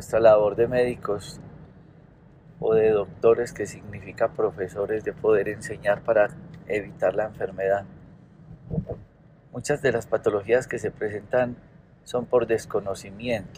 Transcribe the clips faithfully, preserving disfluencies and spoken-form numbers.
nuestra labor de médicos o de doctores, que significa profesores, de poder enseñar para evitar la enfermedad. Muchas de las patologías que se presentan son por desconocimiento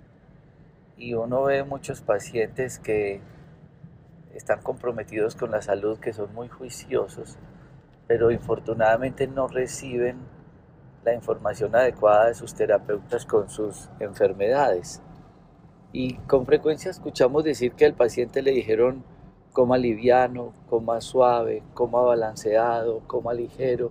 y uno ve muchos pacientes que están comprometidos con la salud, que son muy juiciosos, pero infortunadamente no reciben la información adecuada de sus terapeutas con sus enfermedades. Y con frecuencia escuchamos decir que al paciente le dijeron coma liviano, coma suave, coma balanceado, coma ligero.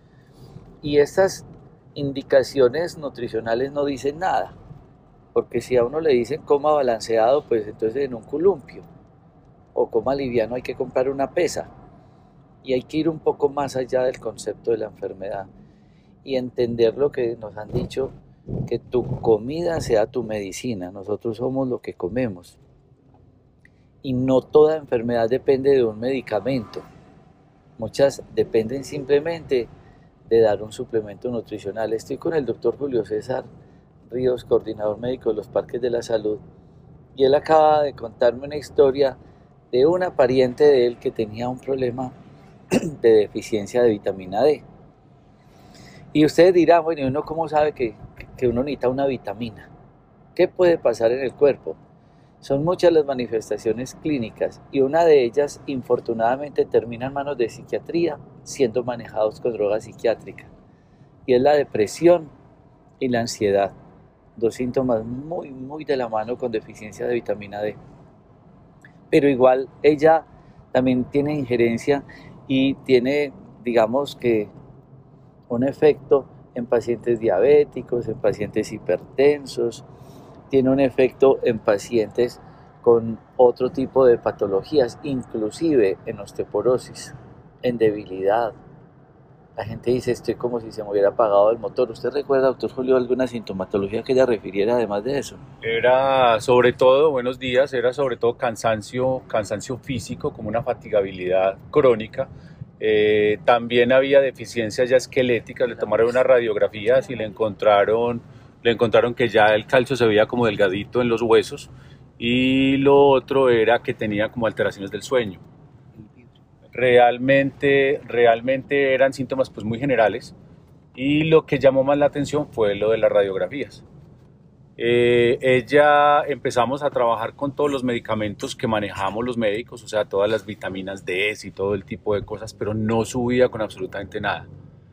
Y estas indicaciones nutricionales no dicen nada, porque si a uno le dicen coma balanceado, pues entonces en un columpio, o coma liviano hay que comprar una pesa. Y hay que ir un poco más allá del concepto de la enfermedad y entender lo que nos han dicho, que tu comida sea tu medicina. Nosotros somos lo que comemos. Y no toda enfermedad depende de un medicamento. Muchas dependen simplemente de dar un suplemento nutricional. Estoy con el doctor Julio César Ríos, coordinador médico de los Parques de la Salud, y él acaba de contarme una historia de una pariente de él que tenía un problema de deficiencia de vitamina D. Y ustedes dirán, bueno, ¿y uno cómo sabe que, que uno necesita una vitamina? ¿Qué puede pasar en el cuerpo? Son muchas las manifestaciones clínicas y una de ellas, infortunadamente, termina en manos de psiquiatría, siendo manejados con drogas psiquiátricas. Y es la depresión y la ansiedad, dos síntomas muy, muy de la mano con deficiencia de vitamina D. Pero igual ella también tiene injerencia y tiene, digamos que, un efecto en pacientes diabéticos, en pacientes hipertensos, tiene un efecto en pacientes con otro tipo de patologías, inclusive en osteoporosis, en debilidad. La gente dice, estoy como si se me hubiera apagado el motor. ¿Usted recuerda, doctor Julio, alguna sintomatología que ella refiriera además de eso? Era sobre todo, buenos días, era sobre todo cansancio, cansancio físico, como una fatigabilidad crónica. Eh, también había deficiencias ya esqueléticas, le tomaron unas radiografías y le encontraron, le encontraron que ya el calcio se veía como delgadito en los huesos, y lo otro era que tenía como alteraciones del sueño. Realmente, realmente eran síntomas pues muy generales, y lo que llamó más la atención fue lo de las radiografías. Eh, ella empezamos a trabajar con todos los medicamentos que manejamos los médicos, o sea, todas las vitaminas D y todo el tipo de cosas, pero no subía con absolutamente nada.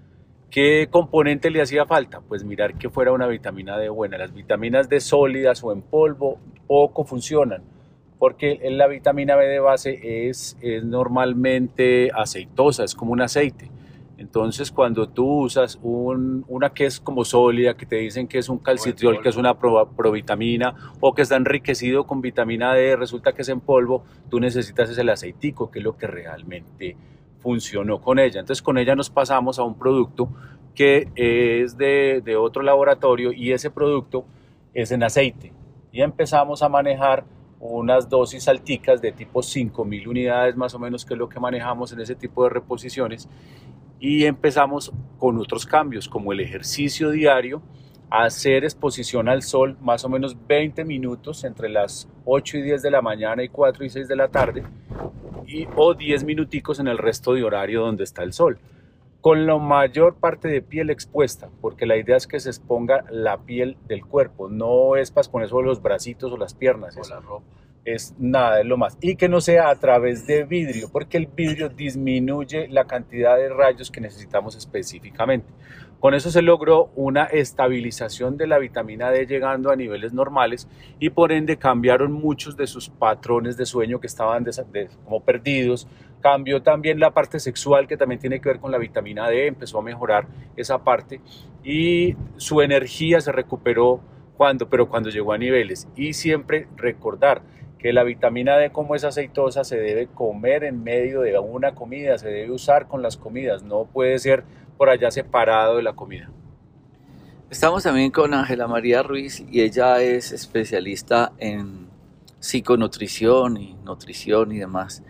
¿Qué componente le hacía falta? Pues mirar que fuera una vitamina D buena. Las vitaminas D sólidas o en polvo poco funcionan, porque la vitamina B de base es, es normalmente aceitosa, es como un aceite. Entonces, cuando tú usas un, una que es como sólida, que te dicen que es un calcitriol, que es una pro, provitamina, o que está enriquecido con vitamina D, resulta que es en polvo, tú necesitas ese aceitico, que es lo que realmente funcionó con ella. Entonces, con ella nos pasamos a un producto que es de, de otro laboratorio, y ese producto es en aceite. Y empezamos a manejar unas dosis alticas de tipo cinco mil unidades más o menos, que es lo que manejamos en ese tipo de reposiciones. Y empezamos con otros cambios, como el ejercicio diario, hacer exposición al sol más o menos veinte minutos entre las ocho y diez de la mañana y cuatro y seis de la tarde, y, o diez minuticos en el resto de horario donde está el sol, con la mayor parte de piel expuesta, porque la idea es que se exponga la piel del cuerpo, no es para exponer solo los bracitos o las piernas, o es, la ropa. Es nada, es lo más, y que no sea a través de vidrio, porque el vidrio disminuye la cantidad de rayos que necesitamos específicamente. Con eso se logró una estabilización de la vitamina D llegando a niveles normales, y por ende cambiaron muchos de sus patrones de sueño que estaban de, de, como perdidos. Cambió también la parte sexual, que también tiene que ver con la vitamina D, empezó a mejorar esa parte, y su energía se recuperó cuando, pero cuando llegó a niveles. Y siempre recordar que la vitamina D, como es aceitosa, se debe comer en medio de una comida, se debe usar con las comidas, no puede ser por allá separado de la comida. Estamos también con Ángela María Ruiz, y ella es especialista en psiconutrición y nutrición y demás.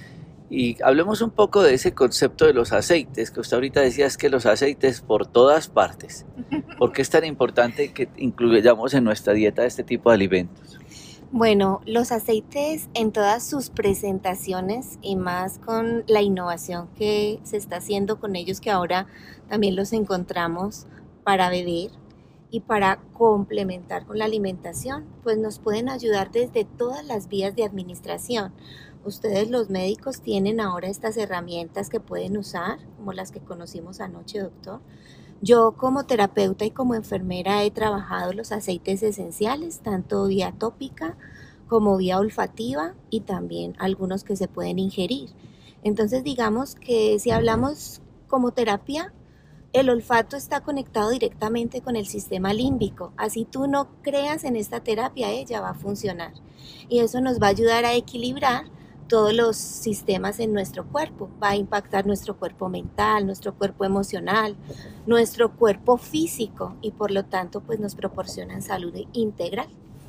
Y hablemos un poco de ese concepto de los aceites, que usted ahorita decía, es que los aceites por todas partes. ¿Por qué es tan importante que incluyamos en nuestra dieta este tipo de alimentos? Bueno, los aceites en todas sus presentaciones y más con la innovación que se está haciendo con ellos, que ahora también los encontramos para beber y para complementar con la alimentación, pues nos pueden ayudar desde todas las vías de administración. Ustedes los médicos tienen ahora estas herramientas que pueden usar, como las que conocimos anoche, doctor. Yo como terapeuta y como enfermera he trabajado los aceites esenciales, tanto vía tópica como vía olfativa y también algunos que se pueden ingerir. Entonces digamos que si hablamos como terapia, el olfato está conectado directamente con el sistema límbico. Así tú no creas en esta terapia, ella va a funcionar. Y eso nos va a ayudar a equilibrar todos los sistemas en nuestro cuerpo. Va a impactar nuestro cuerpo mental, nuestro cuerpo emocional, nuestro cuerpo físico y por lo tanto pues nos proporcionan salud integral.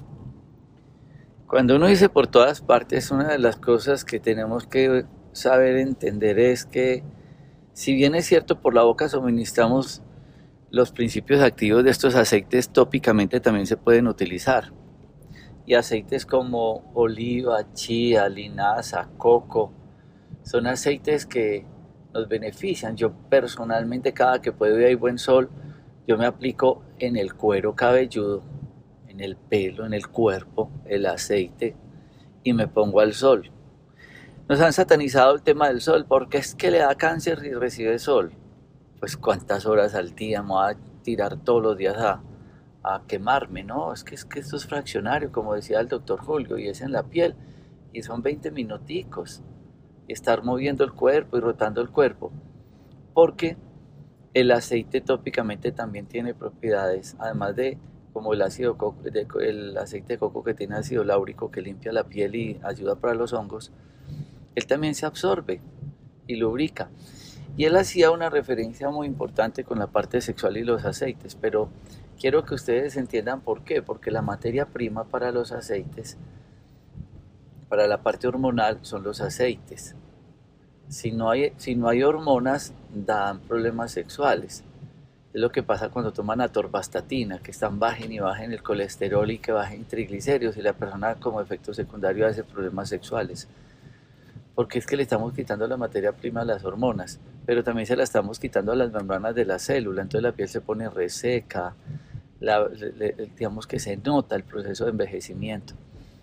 Cuando uno dice por todas partes, una de las cosas que tenemos que saber entender es que si bien es cierto por la boca suministramos los principios activos de estos aceites, tópicamente también se pueden utilizar. Y aceites como oliva, chía, linaza, coco, son aceites que nos benefician. Yo personalmente cada que puedo y hay buen sol, yo me aplico en el cuero cabelludo, en el pelo, en el cuerpo, el aceite y me pongo al sol. Nos han satanizado el tema del sol porque es que le da cáncer si recibe sol. Pues cuántas horas al día me voy a tirar todos los días a... a quemarme, no, es que, es que esto es fraccionario, como decía el doctor Julio, y es en la piel, y son veinte minuticos, y estar moviendo el cuerpo y rotando el cuerpo, porque el aceite tópicamente también tiene propiedades, además de, como el, ácido coco, de, el aceite de coco que tiene ácido láurico que limpia la piel y ayuda para los hongos, él también se absorbe y lubrica. Y él hacía una referencia muy importante con la parte sexual y los aceites, pero quiero que ustedes entiendan por qué, porque la materia prima para los aceites, para la parte hormonal, son los aceites. Si no hay, si no hay hormonas, dan problemas sexuales. Es lo que pasa cuando toman atorvastatina, que están bajen y bajen el colesterol y que bajen triglicéridos, y la persona como efecto secundario hace problemas sexuales. Porque es que le estamos quitando la materia prima a las hormonas, pero también se la estamos quitando a las membranas de la célula, entonces la piel se pone reseca, la, le, digamos que se nota el proceso de envejecimiento.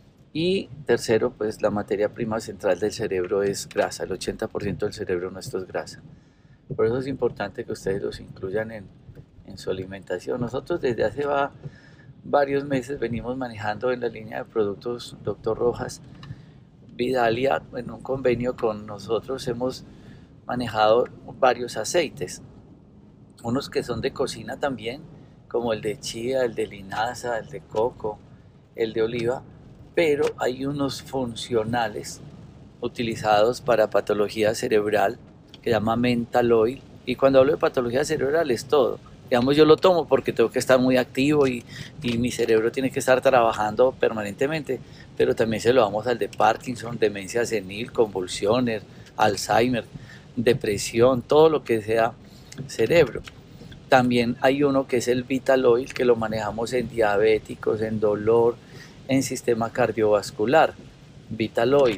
Y tercero, pues la materia prima central del cerebro es grasa, el ochenta por ciento del cerebro nuestro es grasa. Por eso es importante que ustedes los incluyan en, en su alimentación. Nosotros desde hace va, varios meses venimos manejando en la línea de productos Doctor Rojas, Vidalia, en un convenio con nosotros hemos manejado varios aceites, unos que son de cocina también, como el de chía, el de linaza, el de coco, el de oliva, pero hay unos funcionales utilizados para patología cerebral que se llama mental oil, y cuando hablo de patología cerebral es todo. Digamos, yo lo tomo porque tengo que estar muy activo y, y mi cerebro tiene que estar trabajando permanentemente, pero también se lo damos al de Parkinson, demencia senil, convulsiones, Alzheimer, depresión, todo lo que sea cerebro. También hay uno que es el Vital Oil, que lo manejamos en diabéticos, en dolor, en sistema cardiovascular, Vital Oil.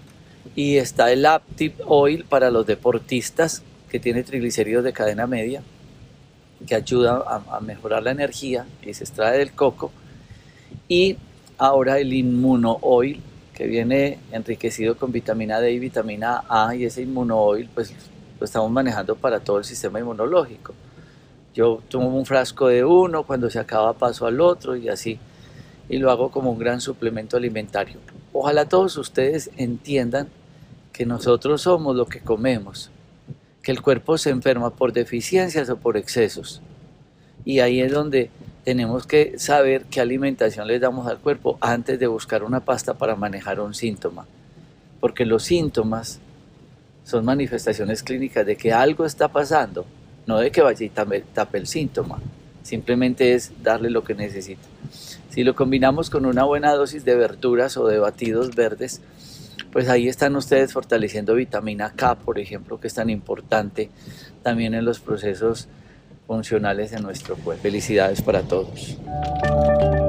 Y está el Active Oil para los deportistas, que tiene triglicéridos de cadena media, que ayuda a, a mejorar la energía, que se extrae del coco. Y ahora el Inmuno Oil, que viene enriquecido con vitamina D y vitamina A, y ese Inmuno Oil pues lo estamos manejando para todo el sistema inmunológico. Yo tomo un frasco de uno, cuando se acaba paso al otro y así, y lo hago como un gran suplemento alimentario. Ojalá todos ustedes entiendan que nosotros somos lo que comemos, que el cuerpo se enferma por deficiencias o por excesos, y ahí es donde tenemos que saber qué alimentación le damos al cuerpo antes de buscar una pasta para manejar un síntoma, porque los síntomas son manifestaciones clínicas de que algo está pasando, no de que vaya y tape, tape el síntoma, simplemente es darle lo que necesita. Si lo combinamos con una buena dosis de verduras o de batidos verdes, pues ahí están ustedes fortaleciendo vitamina K, por ejemplo, que es tan importante también en los procesos funcionales en nuestro cuerpo. Felicidades para todos.